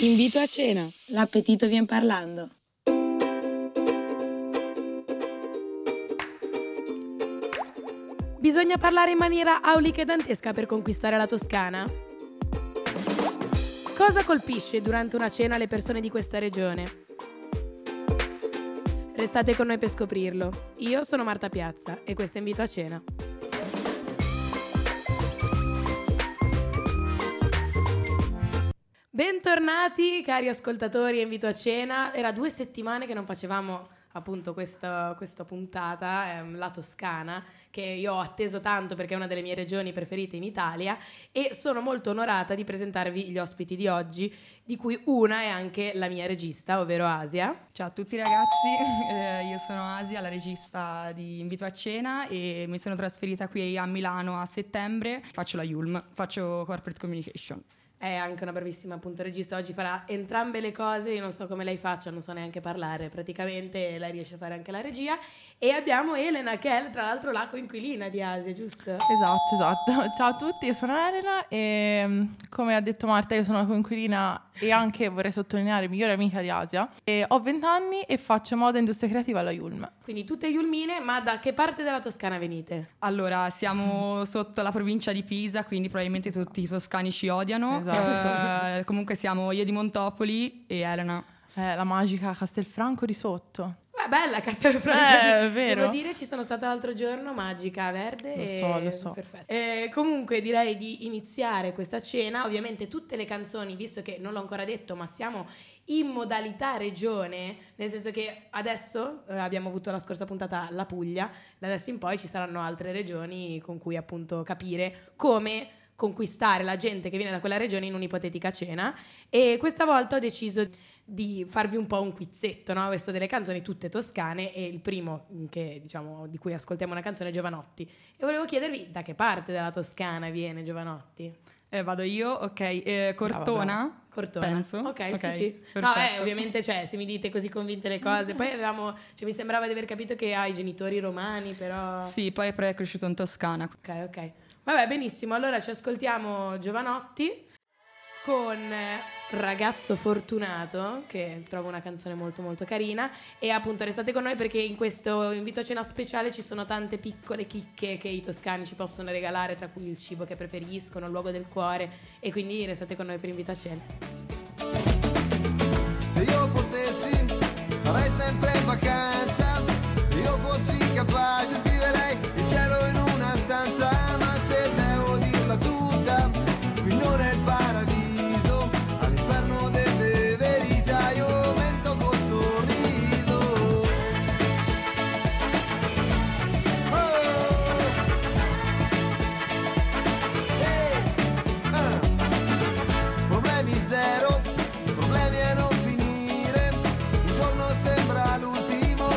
Invito a cena. L'appetito vien parlando. Bisogna parlare in maniera aulica e dantesca per conquistare la Toscana? Cosa colpisce durante una cena le persone di questa regione? Restate con noi per scoprirlo. Io sono Marta Piazza e questo è Invito a cena. Bentornati cari ascoltatori a Invito a cena. Era 2 settimane che non facevamo appunto questa puntata, la Toscana, che io ho atteso tanto perché è una delle mie regioni preferite in Italia, e sono molto onorata di presentarvi gli ospiti di oggi, di cui una è anche la mia regista, ovvero Asia. Ciao a tutti ragazzi, io sono Asia, la regista di Invito a cena, e mi sono trasferita qui a Milano a settembre. Faccio la Yulm, faccio Corporate Communication. È anche una bravissima appunto regista, oggi farà entrambe le cose, io non so come lei faccia, non so neanche parlare praticamente, lei riesce a fare anche la regia. E abbiamo Elena, che è tra l'altro la coinquilina di Asia, giusto? Esatto. Ciao a tutti, io sono Elena e come ha detto Marta io sono la coinquilina e anche, vorrei sottolineare, migliore amica di Asia, e ho 20 anni e faccio moda e industria creativa alla Yulm. Quindi tutte yulmine, ma da che parte della Toscana venite? Allora, siamo sotto la provincia di Pisa, quindi probabilmente tutti i toscani ci odiano. Esatto. Comunque siamo io di Montopoli e Elena. La magica Castelfranco di sotto. Bella Castelfranco. È vero. Devo dire, ci sono stata l'altro giorno, magica, verde. Lo so. Perfetto. Comunque direi di iniziare questa cena. Ovviamente tutte le canzoni, visto che non l'ho ancora detto, ma siamo in modalità regione, nel senso che adesso abbiamo avuto la scorsa puntata la Puglia, da adesso in poi ci saranno altre regioni con cui appunto capire come conquistare la gente che viene da quella regione in un'ipotetica cena. E questa volta ho deciso di farvi un po' un quizzetto, no? Questo delle canzoni tutte toscane, e il primo che diciamo di cui ascoltiamo una canzone è Jovanotti, e volevo chiedervi da che parte della Toscana viene Jovanotti. Vado io, ok. Cortona? Cortona. Penso. Ok, sì. Perfetto. No, ovviamente, se mi dite così convinte le cose. Poi mi sembrava di aver capito che ha i genitori romani, però... Sì, poi è cresciuto in Toscana. Ok. Vabbè, benissimo. Allora ci ascoltiamo Jovanotti con Ragazzo Fortunato, che trovo una canzone molto molto carina. E appunto restate con noi perché in questo Invito a cena speciale ci sono tante piccole chicche che i toscani ci possono regalare, tra cui il cibo che preferiscono, il luogo del cuore, e quindi restate con noi per Invito a cena. Se io potessi sarei sempre in vacanza, se io fossi capace scriverei il cielo in una stanza, ma se devo dirla tutta, qui non è il paradiso. Problemi a non finire, un giorno sembra l'ultimo,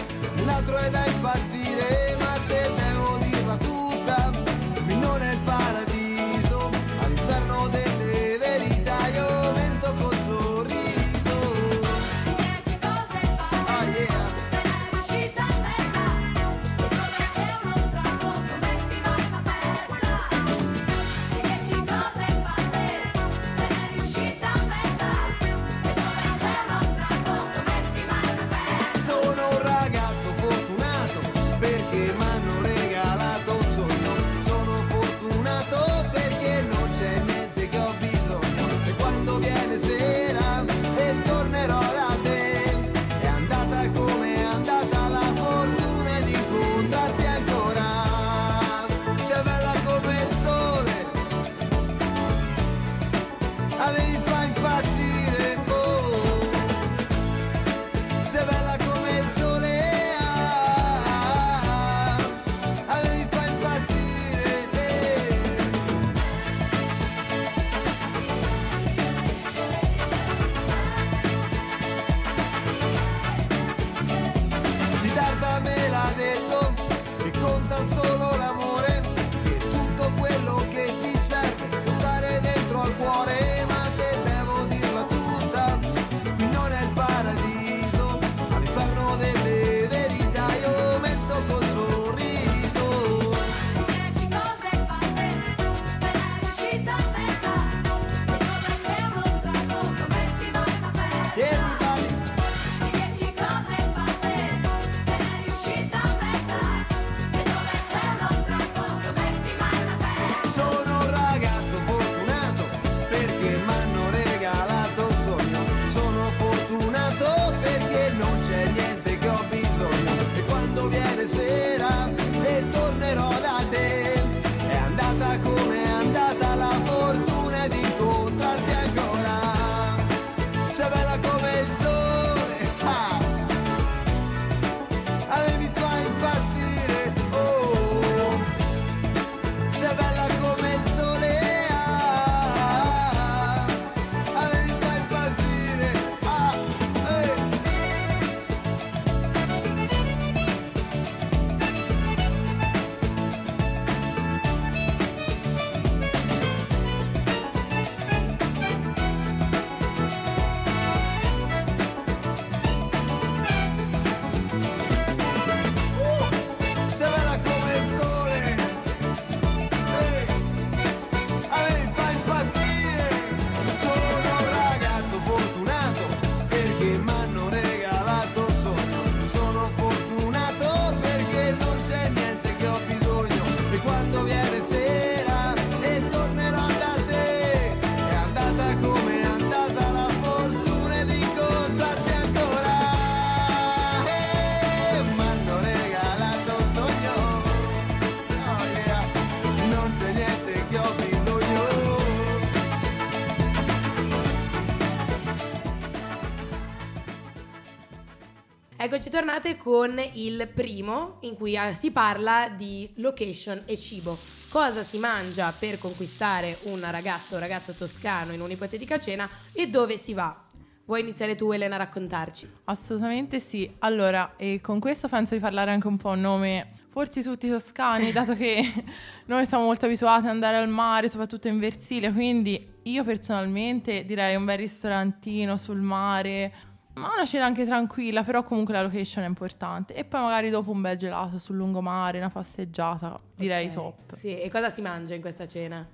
Eccoci tornate con il primo in cui si parla di location e cibo. Cosa si mangia per conquistare una ragazza o ragazzo toscano in un'ipotetica cena e dove si va? Vuoi iniziare tu, Elena, a raccontarci? Assolutamente sì. Allora, e con questo penso di parlare anche un po' a nome forse tutti toscani, dato che noi siamo molto abituati ad andare al mare, soprattutto in Versilia, quindi io personalmente direi un bel ristorantino sul mare, ma una cena anche tranquilla, però comunque la location è importante. E poi magari dopo un bel gelato sul lungomare, una passeggiata, direi top. Sì, e cosa si mangia in questa cena?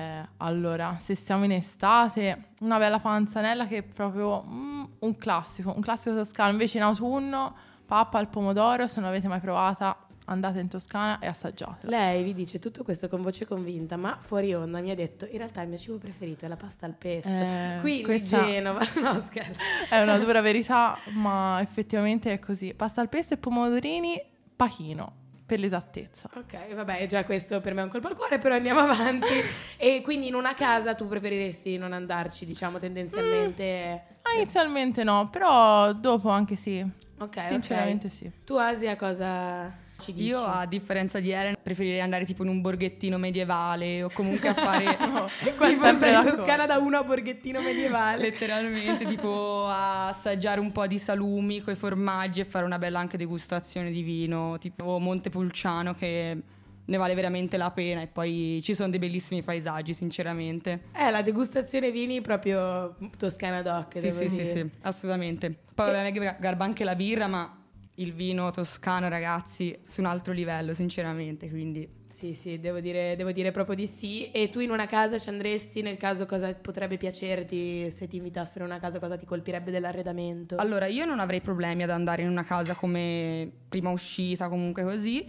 Allora, se siamo in estate, una bella panzanella che è proprio un classico toscano. Invece in autunno, pappa al pomodoro, se non l'avete mai provata, andate in Toscana e assaggiatela. Lei vi dice tutto questo con voce convinta, ma fuori onda mi ha detto in realtà il mio cibo preferito è la pasta al pesto. Quindi questa Genova, no scherzo. è una dura verità, ma effettivamente è così. Pasta al pesto e pomodorini, pachino, per l'esattezza. Ok, vabbè, già questo per me è un colpo al cuore, però andiamo avanti. E quindi in una casa tu preferiresti non andarci, diciamo, tendenzialmente? Inizialmente no, però dopo anche sì. Ok, Sinceramente ok. sì. Tu, Asia, cosa ci dici? Io, a differenza di Elena, preferirei andare tipo in un borghettino medievale o comunque a fare Tipo sempre sei in la Toscana da uno a borghettino medievale. letteralmente tipo a assaggiare un po' di salumi coi formaggi e fare una bella anche degustazione di vino, tipo Montepulciano, che ne vale veramente la pena, e poi ci sono dei bellissimi paesaggi, sinceramente. La degustazione vini proprio Toscana doc. Sì, devo sì, sì, dire. sì, assolutamente. Poi a me garba anche la birra, ma il vino toscano, ragazzi, su un altro livello, sinceramente, quindi... Sì, devo dire proprio di sì. E tu in una casa ci andresti? Nel caso, cosa potrebbe piacerti se ti invitassero in una casa? Cosa ti colpirebbe dell'arredamento? Allora, io non avrei problemi ad andare in una casa come prima uscita, comunque così.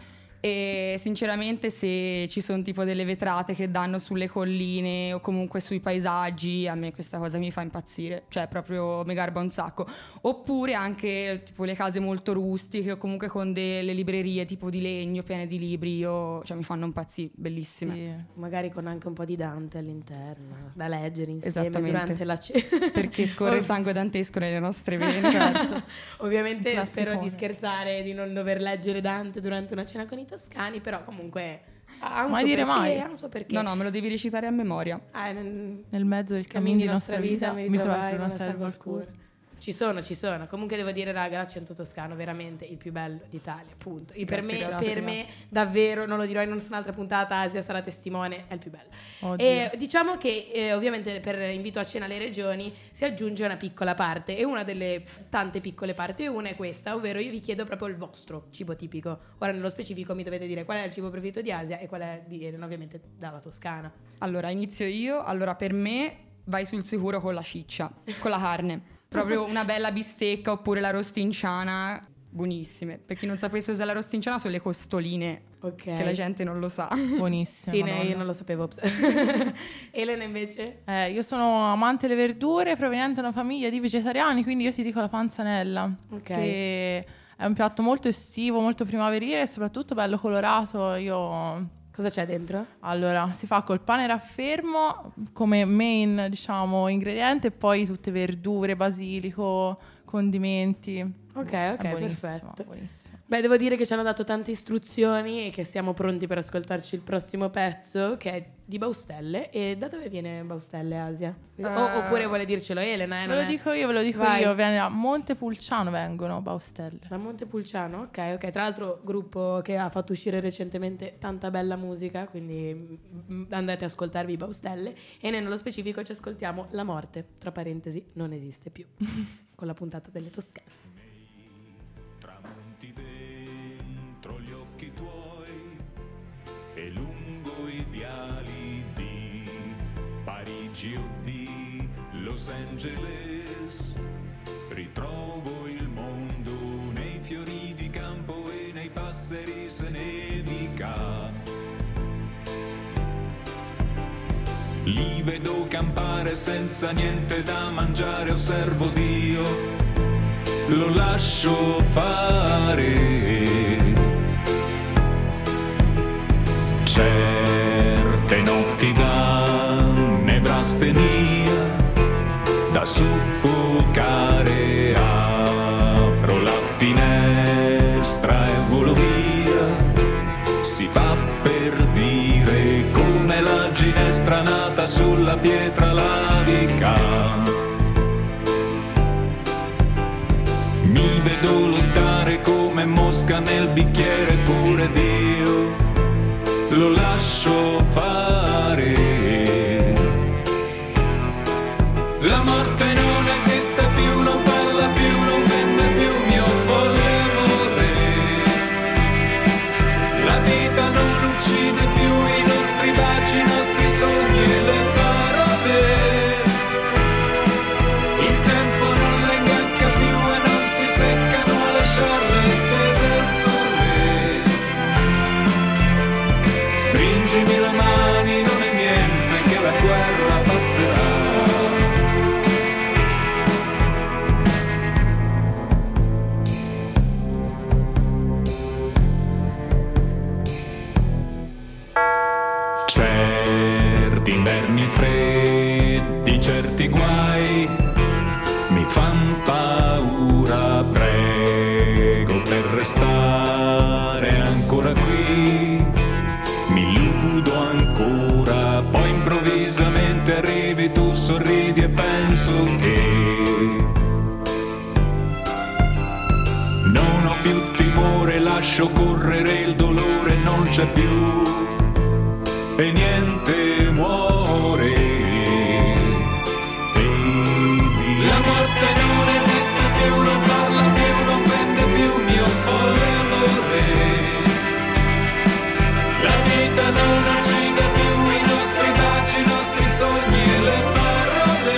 E sinceramente se ci sono tipo delle vetrate che danno sulle colline o comunque sui paesaggi, a me questa cosa mi fa impazzire, cioè proprio mi garba un sacco. Oppure anche tipo le case molto rustiche o comunque con delle librerie tipo di legno piene di libri, cioè mi fanno impazzire, bellissime. Sì. Magari con anche un po' di Dante all'interno da leggere insieme Esattamente. durante la cena. Perché scorre sangue dantesco nelle nostre vene. Certo. Ovviamente Classicone. spero di scherzare, di non dover leggere Dante durante una cena con i toscani, però comunque ha un Mai suo dire perché, mai. ha un suo perché. No, me lo devi recitare a memoria. Nel mezzo del Cammin cammin di di nostra vita mi mi trovai trovai in in una una selva selva oscura. oscura. Ci sono. Comunque devo dire, raga, l'accento toscano veramente il più bello d'Italia, appunto. E Grazie, per me davvero, non lo dirò in nessun'altra puntata, Asia sarà testimone, è il più bello. Oddio. E diciamo che ovviamente per invito a cena alle regioni si aggiunge una piccola parte, e una delle tante piccole parti, una è questa, ovvero io vi chiedo proprio il vostro cibo tipico. Ora nello specifico mi dovete dire qual è il cibo preferito di Asia e qual è di Elena, ovviamente dalla Toscana. Allora, inizio io. Allora, per me vai sul sicuro con la ciccia, con la carne. Proprio una bella bistecca oppure la rostinciana, buonissime. Per chi non sapesse cos'è la rostinciana, sono le costoline, Ok. che la gente non lo sa. Buonissimo. Sì, Madonna. io non lo sapevo. Elena invece? Io sono amante delle verdure, proveniente da una famiglia di vegetariani, quindi io ti dico la panzanella, Ok. che è un piatto molto estivo, molto primaverile e soprattutto bello colorato. Cosa c'è dentro? Allora, si fa col pane raffermo come main, diciamo, ingrediente, e poi tutte verdure, basilico, condimenti. Ok, È buonissimo, perfetto. buonissimo. Beh, devo dire che ci hanno dato tante istruzioni e che siamo pronti per ascoltarci il prossimo pezzo, che è di Baustelle. E da dove viene Baustelle, Asia? Oppure vuole dircelo Elena? Ve lo dico Vai. io, viene da Montepulciano, vengono Baustelle. Da Montepulciano, ok. Tra l'altro gruppo che ha fatto uscire recentemente tanta bella musica, quindi andate ad ascoltarvi Baustelle. E noi nello specifico ci ascoltiamo La morte, tra parentesi, non esiste più, con la puntata delle Toscane. Tramonti dentro gli occhi tuoi e lungo i viali di Parigi o di Los Angeles ritrovo il mondo nei fiori di campo e nei passeri se nevica. Li vedo campare senza niente da mangiare, osservo Dio, lo lascio fare. Certe notti da nevrastenia, da soffocare, apro la finestra immagine stranata sulla pietra lavica. Mi vedo lottare come mosca nel bicchiere, pure Dio lo lascio fare. La morte non esiste più, non parla più, non vende più mio folle amore. La vita non uccide più i nostri baci, i nostri sogni e le parole. Il tempo non le inganca più e non si seccano a lasciarle stese al sole. Stringimi le mani, non è niente che la guerra passerà. Certi inverni freddi, certi guai mi fan paura, prego per restare ancora qui. Mi illudo ancora, poi improvvisamente arrivi tu, sorridi e penso che non ho più timore, lascio correre il dolore, non c'è più e niente muore. La morte non esiste più, non parla più, non vende più mio folle amore. La vita non uccide più i nostri baci, i nostri sogni e le parole.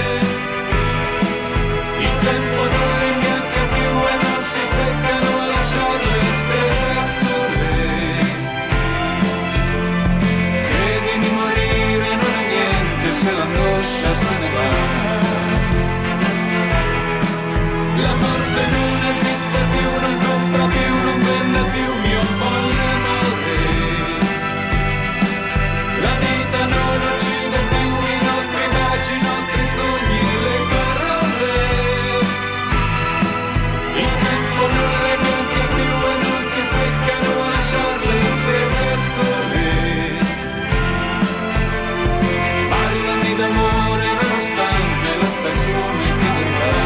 Il tempo non le imbianca più e non si seccano a lasciarle stese al sole. Credimi, morire non è niente se l'angoscia se ne va. La morte non esiste più, non compra più, non vende più mio folle amore. La vita non uccide più i nostri baci, i nostri sogni e le parole. Il tempo non le manca più e non si seccano a lasciarle stese al sole. Parlami d'amore nonostante la stagione che verrà.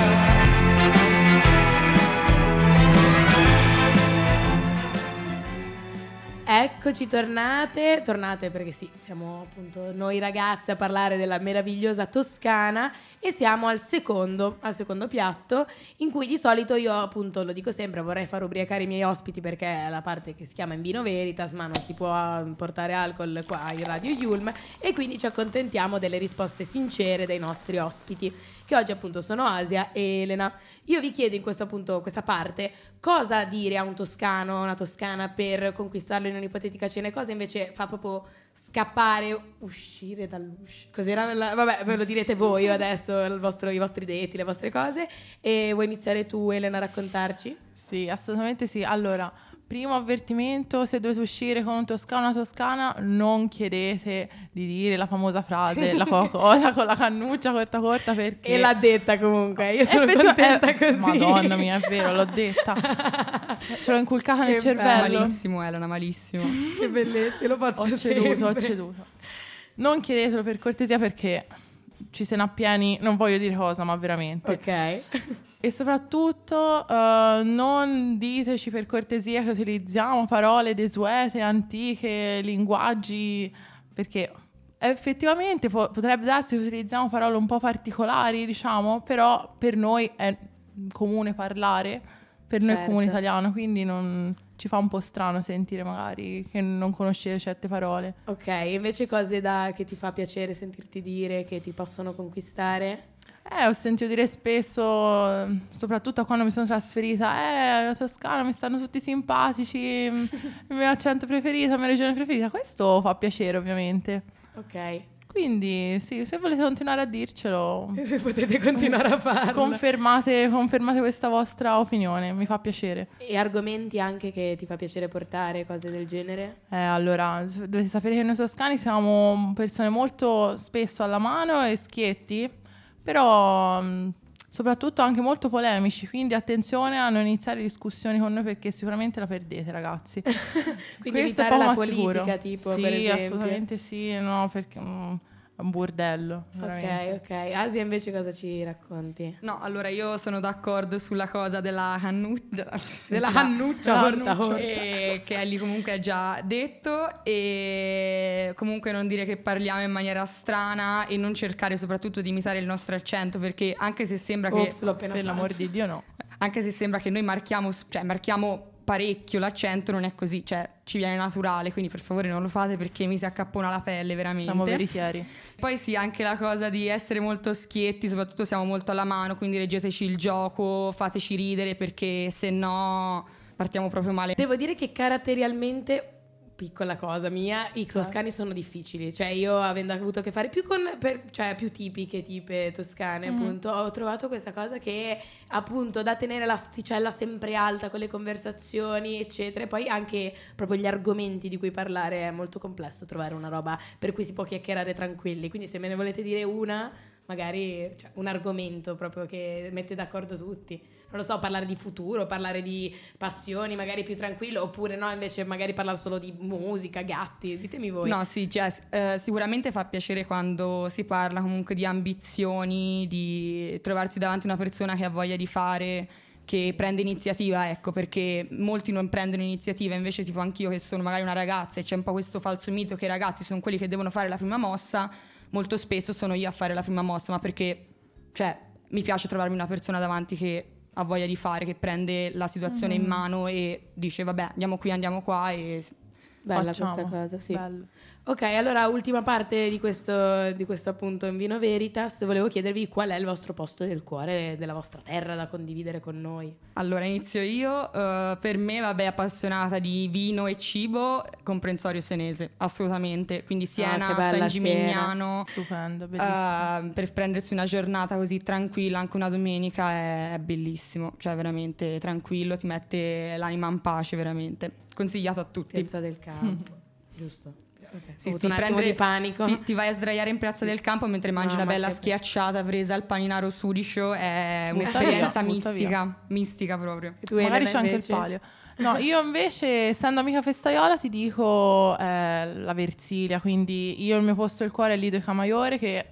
Eccoci tornate perché sì, siamo appunto noi ragazze a parlare della meravigliosa Toscana e siamo al secondo piatto, in cui di solito io appunto, lo dico sempre, vorrei far ubriacare i miei ospiti perché è la parte che si chiama In Vino Veritas, ma non si può portare alcol qua in Radio Yulm, e quindi ci accontentiamo delle risposte sincere dei nostri ospiti, che oggi appunto sono Asia e Elena. Io vi chiedo in questo appunto, questa parte, cosa dire a un toscano, una toscana per conquistarlo in un'ipotetica cena, e cosa invece fa proprio scappare, uscire dall'uscio. Cos'era? Vabbè, ve lo direte voi adesso, i vostri detti, le vostre cose. E vuoi iniziare tu, Elena, a raccontarci? Sì, assolutamente sì. Allora, primo avvertimento: se dovete uscire con un toscano o una toscana, non chiedete di dire la famosa frase la Coca-Cola con la cannuccia corta corta, perché... E l'ha detta comunque, io sono contenta così. Madonna mia, è vero, l'ho detta. Ce l'ho inculcata nel cervello. Malissimo, Elena, malissimo. Che bellezza, lo faccio Ho ceduto. Non chiedetelo per cortesia, perché ci se ne appieni, non voglio dire cosa, ma veramente. Ok. E soprattutto non diteci per cortesia che utilizziamo parole desuete, antiche, linguaggi, perché effettivamente potrebbe darsi che utilizziamo parole un po' particolari, diciamo, però per noi è comune parlare, per noi è comune italiano, quindi non ci fa un po' strano sentire magari che non conoscete certe parole. Ok, invece cose che ti fa piacere sentirti dire, che ti possono conquistare? Ho sentito dire spesso, soprattutto quando mi sono trasferita, la Toscana mi stanno tutti simpatici, il mio accento preferito, la mia regione preferita. Questo fa piacere, ovviamente. Ok. Quindi sì, se volete continuare a dircelo, potete continuare a farlo. Confermate questa vostra opinione, mi fa piacere. E argomenti anche che ti fa piacere portare, cose del genere? Allora, dovete sapere che noi toscani siamo persone molto spesso alla mano e schietti, però soprattutto anche molto polemici, quindi attenzione a non iniziare discussioni con noi perché sicuramente la perdete, ragazzi. Quindi Questo è evitare poco la ma politica, sicuro. tipo, sì, per esempio. assolutamente sì, no, perché è un bordello, veramente. Ok. Asia invece cosa ci racconti? No, allora io sono d'accordo sulla cosa della cannuccia. Della cannuccia, orta. Che Ellie comunque ha già detto, e comunque non dire che parliamo in maniera strana e non cercare soprattutto di imitare il nostro accento, perché anche se sembra Ops, l'ho appena Per fatto. l'amor di Dio no. anche se sembra che noi marchiamo parecchio l'accento, non è così, cioè ci viene naturale, quindi per favore non lo fate perché mi si accappona la pelle veramente. Siamo veritieri. Poi sì, anche la cosa di essere molto schietti, soprattutto siamo molto alla mano, quindi leggeteci il gioco, fateci ridere perché se no partiamo proprio male. Devo dire che caratterialmente, piccola cosa mia, i toscani sono difficili, cioè io avendo avuto a che fare più con più tipe toscane, appunto, ho trovato questa cosa che appunto da tenere l'asticella sempre alta con le conversazioni eccetera, e poi anche proprio gli argomenti di cui parlare, è molto complesso trovare una roba per cui si può chiacchierare tranquilli, quindi se me ne volete dire una, magari un argomento proprio che mette d'accordo tutti. Non lo so, parlare di futuro, parlare di passioni, magari più tranquillo, oppure no, invece magari parlare solo di musica, gatti, ditemi voi. No, sì, cioè, sicuramente fa piacere quando si parla comunque di ambizioni, di trovarsi davanti a una persona che ha voglia di fare, che prende iniziativa, ecco, perché molti non prendono iniziativa, invece tipo anch'io che sono magari una ragazza e c'è un po' questo falso mito che i ragazzi sono quelli che devono fare la prima mossa, molto spesso sono io a fare la prima mossa, ma perché, cioè, mi piace trovarmi una persona davanti che ha voglia di fare, che prende la situazione in mano e dice vabbè, andiamo qui, andiamo qua e Bella Facciamo. questa cosa, sì. Bello. Ok, allora ultima parte di questo appunto in Vino Veritas, volevo chiedervi qual è il vostro posto del cuore, della vostra terra da condividere con noi. Allora inizio io. Per me, vabbè, appassionata di vino e cibo, comprensorio senese, assolutamente, quindi Siena, che bella San Gimignano, Stupendo, bellissimo. per prendersi una giornata così tranquilla, anche una domenica, è bellissimo, cioè veramente tranquillo, ti mette l'anima in pace, veramente consigliato a tutti. Piazza del Campo, giusto? Okay. Sì, Ho avuto un attimo di panico. Ti vai a sdraiare in Piazza del Campo mentre mangi una Mamma, bella che schiacciata presa al paninaro sudicio, è Butta un'esperienza via, butta mistica proprio. E tu, Magari Elena, c'è anche il invece? palio. No, io invece, essendo amica festaiola, ti dico la Versilia, quindi io il mio posto del cuore è Lido di Camaiore, che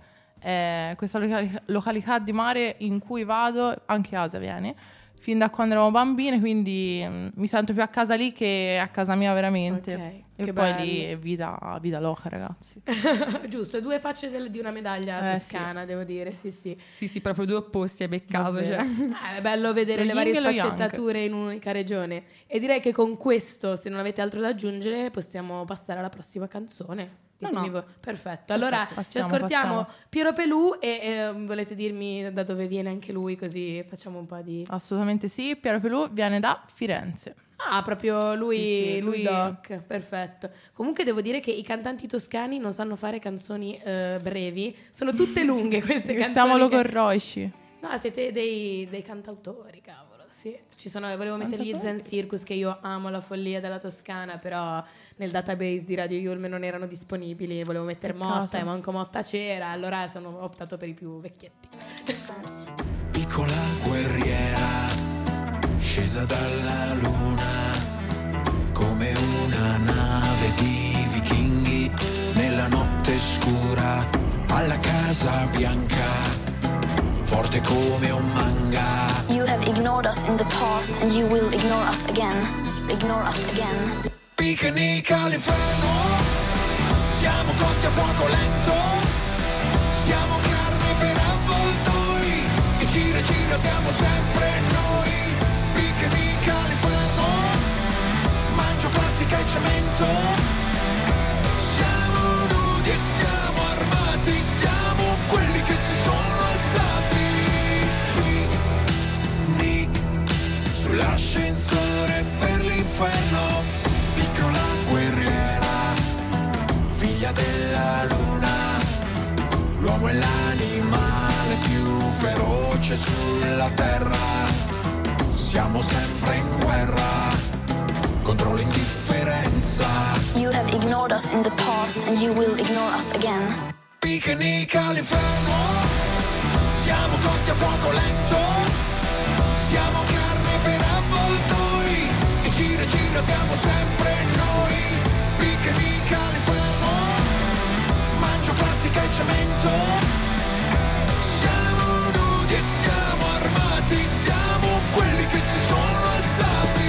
è questa località di mare in cui vado, anche Asia viene, fin da quando eravamo bambine, quindi mi sento più a casa lì che a casa mia veramente. Ok, E che poi bello. lì è vita loca, ragazzi. Giusto, due facce di una medaglia Sì. toscana, devo dire, sì. Sì, proprio due opposti, hai beccato, Davvero. cioè. È bello vedere Lo le varie yin e lo yang. sfaccettature in un'unica regione. E direi che con questo, se non avete altro da aggiungere, possiamo passare alla prossima canzone. Ditemi No. voi. Perfetto. Allora Passiamo, ci ascoltiamo passiamo. Piero Pelù e volete dirmi da dove viene anche lui, così facciamo un po' di... Assolutamente sì, Piero Pelù viene da Firenze. Ah, proprio lui, Sì, lui lui- Doc, perfetto. Comunque devo dire che i cantanti toscani non sanno fare canzoni brevi, sono tutte lunghe queste canzoni. Siamo che- logorroici. No, siete dei cantautori, cavolo. Sì, volevo mettere gli Zen Circus, che io amo la follia della Toscana, però nel database di Radio Yulm non erano disponibili. Volevo mettere Peccato. Motta e manco Motta c'era, allora ho optato per i più vecchietti. Piccola guerriera, scesa dalla luna, come una nave di vichinghi nella notte scura, alla Casa Bianca, forte come un manga. You have ignored us in the past and you will ignore us again. Ignore us again. Picnic all'inferno, siamo cotti a fuoco lento, siamo carne per avvoltoi, e gira gira siamo sempre noi. Picnic all'inferno, mangio plastica e cemento, siamo nudi e siamo armati, siamo quelli che si sono alzati. Picnic sull'ascensore per l'inferno, piccola guerriera, figlia della luna, l'uomo è l'animale più feroce sulla terra, siamo sempre in guerra contro l'indifferenza. You have ignored us in the past and you will ignore us again. Picnic all'inferno, Siamo cotti a fuoco lento, siamo carne per avvoltoi, e gira gira siamo sempre noi. Picnic all'inferno, mangio plastica e cemento. Siamo nudi e siamo armati, siamo quelli che si sono alzati.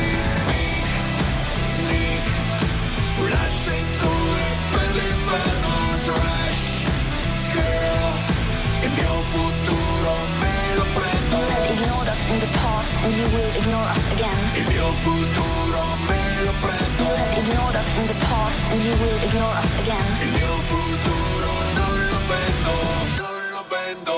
Picnic sull'ascensore per l'inferno, trash girl, il mio futuro me lo prendo. You have ignored us in the past and you will ignore us again. Il mio futuro me lo prendo. You have ignored us in the past and you will ignore us again. Il mio futuro non lo vendo, non lo vendo.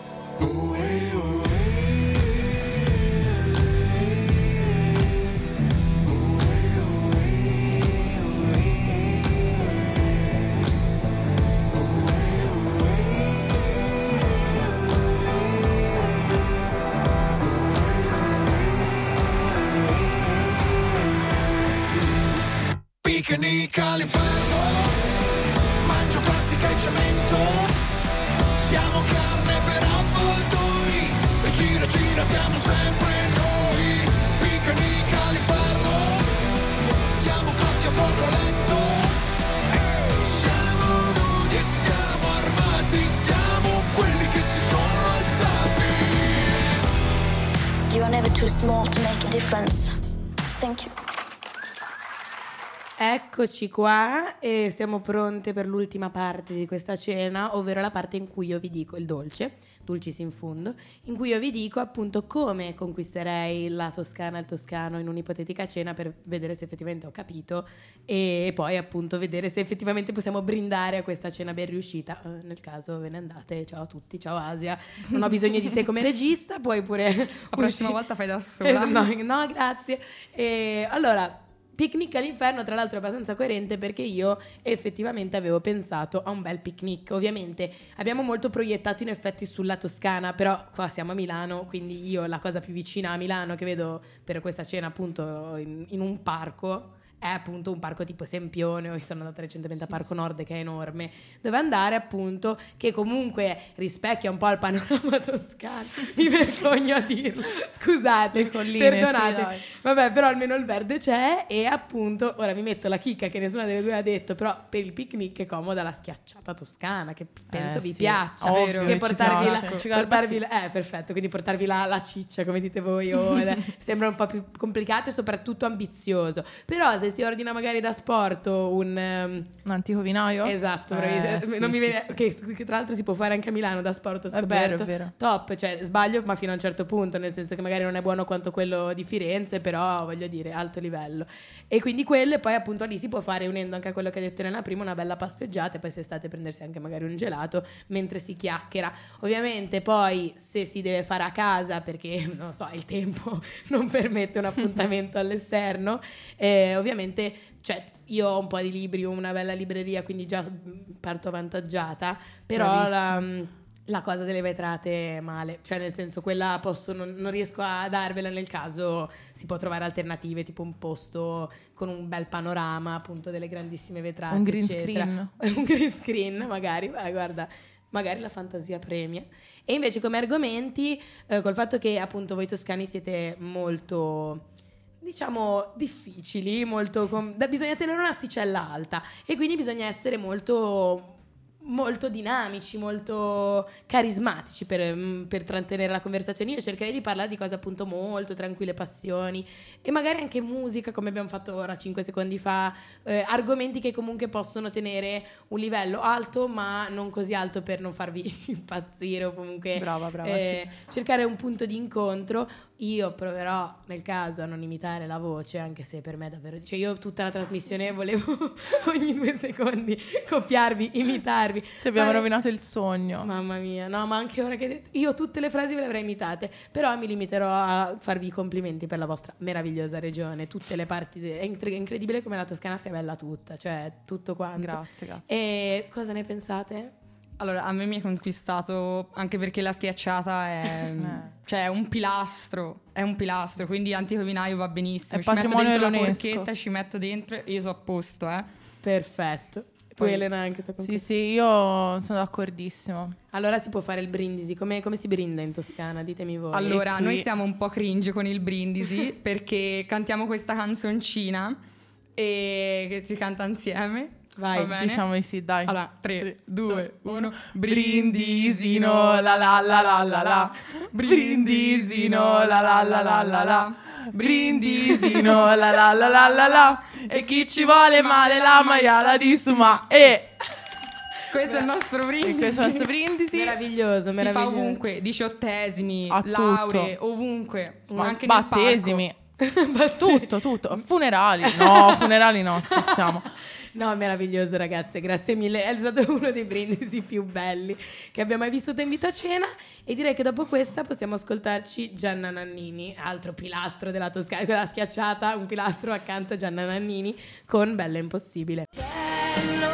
Picnic all'inferno, mangio plastica e cemento. Siamo carne per avvoltoi, e gira gira siamo sempre noi. Picnic all'inferno, siamo cotti a fuoco lento. Siamo nudi e siamo armati, siamo quelli che si sono alzati. You are never too small to make a difference. Thank you. Eccoci qua e siamo pronte per l'ultima parte di questa cena, ovvero la parte in cui io vi dico il dolce, dulcis in fundo, in cui io vi dico appunto come conquisterei la Toscana e il toscano in un'ipotetica cena, per vedere se effettivamente ho capito e poi appunto vedere se effettivamente possiamo brindare a questa cena ben riuscita. Nel caso ve ne andate, ciao a tutti, ciao Asia, non ho bisogno di te come regista, puoi pure La prossima volta fai da sola. no, grazie. Allora, Picnic all'inferno, tra l'altro, è abbastanza coerente perché io effettivamente avevo pensato a un bel picnic. Ovviamente abbiamo molto proiettato in effetti sulla Toscana, però qua siamo a Milano, quindi io la cosa più vicina a Milano che vedo per questa cena appunto in un parco è appunto un parco tipo Sempione, o sono andata recentemente a Parco Nord che è enorme, dove andare appunto, che comunque rispecchia un po' il panorama toscano. Mi vergogno a dirlo, scusate, perdonate, sì, dai. Vabbè, però almeno il verde c'è. E appunto ora vi metto la chicca che nessuna delle due ha detto, però per il picnic è comoda la schiacciata toscana, che penso vi sì, piaccia, ovvio, che ci portarvi piace. perfetto, quindi portarvi la ciccia come dite voi sembra un po' più complicato e soprattutto ambizioso. Però se si ordina magari da sport un antico vinaio? esatto, sì, non mi sì, viene, sì. Che tra l'altro si può fare anche a Milano da sport, ho È scoperto. vero. Top, cioè sbaglio ma fino a un certo punto, nel senso che magari non è buono quanto quello di Firenze, però voglio dire alto livello. E quindi quello, e poi appunto lì si può fare, unendo anche a quello che ha detto Elena prima, una bella passeggiata, e poi se state prendersi anche magari un gelato mentre si chiacchiera. Ovviamente poi se si deve fare a casa perché non so, il tempo non permette un appuntamento all'esterno, ovviamente, cioè io ho un po' di libri, una bella libreria, quindi già parto avvantaggiata, però la cosa delle vetrate è male, cioè nel senso quella non riesco a darvela, nel caso si può trovare alternative, tipo un posto con un bel panorama appunto delle grandissime vetrate, un green eccetera. screen. Un green screen magari, guarda, magari la fantasia premia. E invece come argomenti, col fatto che appunto voi toscani siete molto, diciamo, difficili, molto bisogna tenere un'asticella alta e quindi bisogna essere molto dinamici, molto carismatici per trattenere la conversazione. Io cercherei di parlare di cose appunto molto tranquille, passioni, e magari anche musica, come abbiamo fatto ora 5 secondi fa, argomenti che comunque possono tenere un livello alto ma non così alto per non farvi impazzire, o comunque brava, sì. cercare un punto di incontro. Io proverò nel caso a non imitare la voce, anche se per me davvero, cioè io tutta la trasmissione volevo ogni 2 secondi copiarvi, imitarvi. Ti abbiamo rovinato il sogno. Mamma mia, no, ma anche ora che hai detto, io tutte le frasi ve le avrei imitate, però mi limiterò a farvi i complimenti per la vostra meravigliosa regione, tutte le parti, è incredibile come la Toscana sia bella tutta, cioè tutto quanto. Grazie. E cosa ne pensate? Allora, a me mi ha conquistato anche perché la schiacciata è cioè, è un pilastro, quindi antico vinaio va benissimo. È ci metto patrimonio dentro la dell'UNESCO. porchetta, ci metto dentro e io so a posto, Perfetto. Tu Elena anche tu Sì, io sono d'accordissimo. Allora si può fare il brindisi. Come si brinda in Toscana? Ditemi voi. Allora, qui- noi siamo un po' cringe con il brindisi perché cantiamo questa canzoncina e che si canta insieme. Vai, Va bene? Diciamo di sì, dai. Allora, 3, 2, 1. Brindisino, la la la la la la. Brindisino, la la la la la la. Brindisino, la la la la la la. E chi ci vuole male la maiala di Suma. Questo è il nostro E brindisi. questo è il nostro brindisi. Meraviglioso, Si fa meraviglioso. ovunque, 18esimi, A tutto. lauree, ovunque, Ma- anche nel parco. battesimi. Tutto. Funerali. No, funerali no, scherziamo. No, meraviglioso ragazze, grazie mille, è stato uno dei brindisi più belli che abbiamo mai vissuto in vita cena e direi che dopo questa possiamo ascoltarci Gianna Nannini, altro pilastro della Toscana, quella schiacciata, un pilastro accanto a Gianna Nannini con Bello e Impossibile. Bello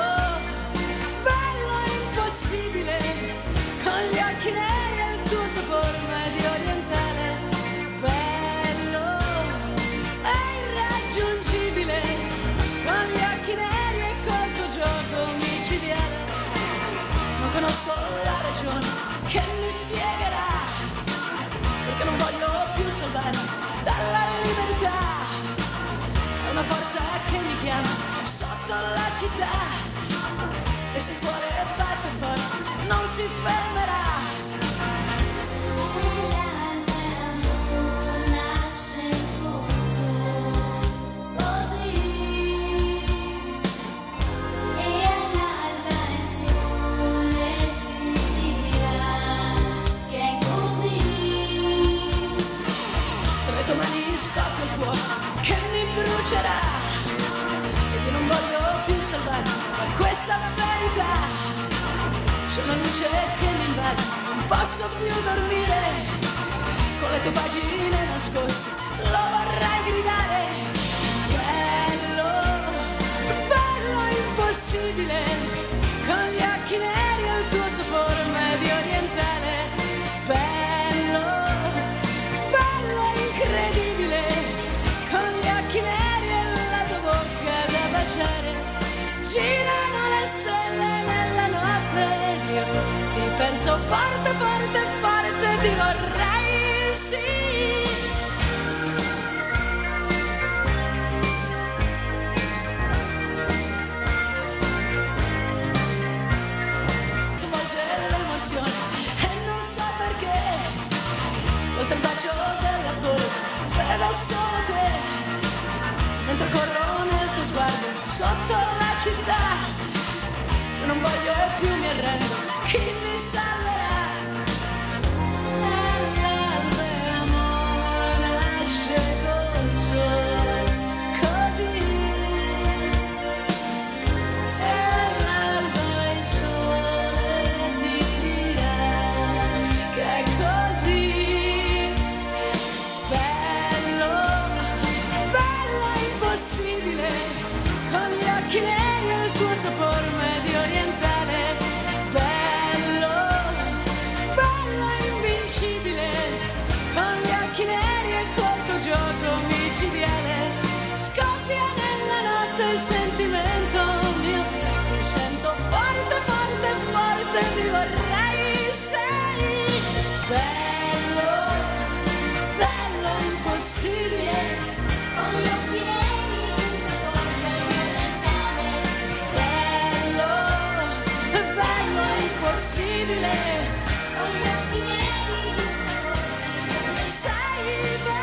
impossibile, con gli occhi neri e il tuo sapore medio orientale. Bello e irraggiungibile, con gli occhi neri e col tuo gioco micidiale. Non conosco la ragione che mi spiegherà perché non voglio più salvare dalla libertà. È una forza che mi chiama sotto la città. E se il cuore batte forte non si fermerà. Nasce così e all'alba il sole ti dirà che è così. Tra le tue mani scoppia il fuoco che mi brucerà e che non voglio più salvare questa verità. C'è una luce che mi invade, non posso più dormire. Con le tue pagine nascoste lo vorrei gridare. Bello impossibile, con gli occhi neri e il tuo sapore medio orientale. Bello incredibile, con gli occhi neri e la tua bocca da baciare. Girano le stelle nella notte ed io ti penso forte, forte, forte, ti vorrei, sì. Svolge l'emozione e non so perché, oltre il bacio della folla vedo solo te. Mentre corro nel tuo sguardo sotto la città, io non voglio più mi arrendo, chi mi salverà? L'amore nasce col sole così e all'alba il sole ti dirà che è così. Impossibile, con gli occhi neri e il tuo sapore medio orientale. Bello invincibile, con gli occhi neri e col tuo gioco micidiale. Scoppia nella notte il sentimento mio, mi sento forte, forte, forte, ti vorrei, sei. Bello impossibile, con gli occhi neri e il sapore medio orientale. Bello impossibile, con gli occhi neri e il sapore medio orientale. Sei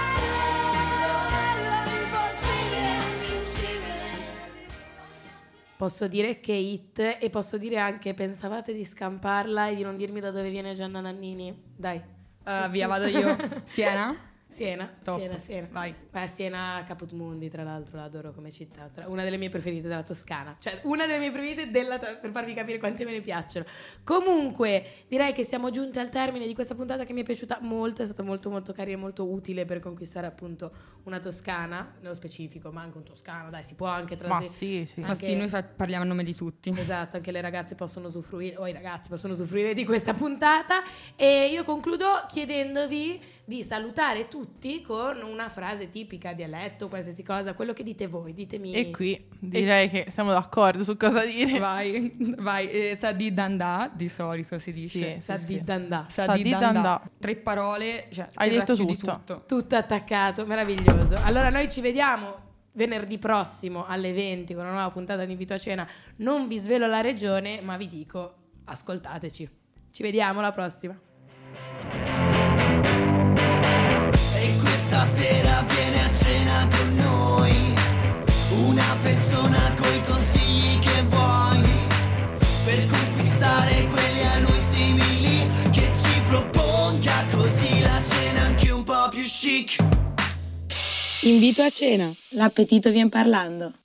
bello impossibile, invincibile. Posso dire che hit e posso dire anche pensavate di scamparla e di non dirmi da dove viene Gianna Nannini? Dai. Via, vado io. Siena? Siena, Top. Siena. Vai. Siena Caput Mundi, tra l'altro, la adoro come città, una delle mie preferite della Toscana, cioè una delle mie preferite per farvi capire quante me ne piacciono. Comunque, direi che siamo giunti al termine di questa puntata che mi è piaciuta molto, è stata molto molto carina e molto utile per conquistare appunto una Toscana, nello specifico, ma anche un toscano, dai, si può anche Ma sì. Ma sì, noi parliamo a nome di tutti. Esatto, anche le ragazze possono usufruire, o i ragazzi possono usufruire di questa puntata. E io concludo chiedendovi di salutare tutti con una frase tipica, dialetto, qualsiasi cosa, quello che dite voi, ditemi. E qui direi che siamo d'accordo su cosa dire. Vai. Sadi dandà, di solito si dice. Sì, Sadi dandà. Sadi dandà. 3 parole, cioè Hai ti detto racchiudi tutto. Tutto attaccato, meraviglioso. Allora noi ci vediamo venerdì prossimo alle 20 con una nuova puntata di Invito a Cena. Non vi svelo la regione, ma vi dico, ascoltateci. Ci vediamo alla prossima. E questa sera viene a cena con noi una persona coi consigli che vuoi per conquistare quelli a lui simili, che ci proponga così la cena anche un po' più chic. Invito a cena, l'appetito vien parlando.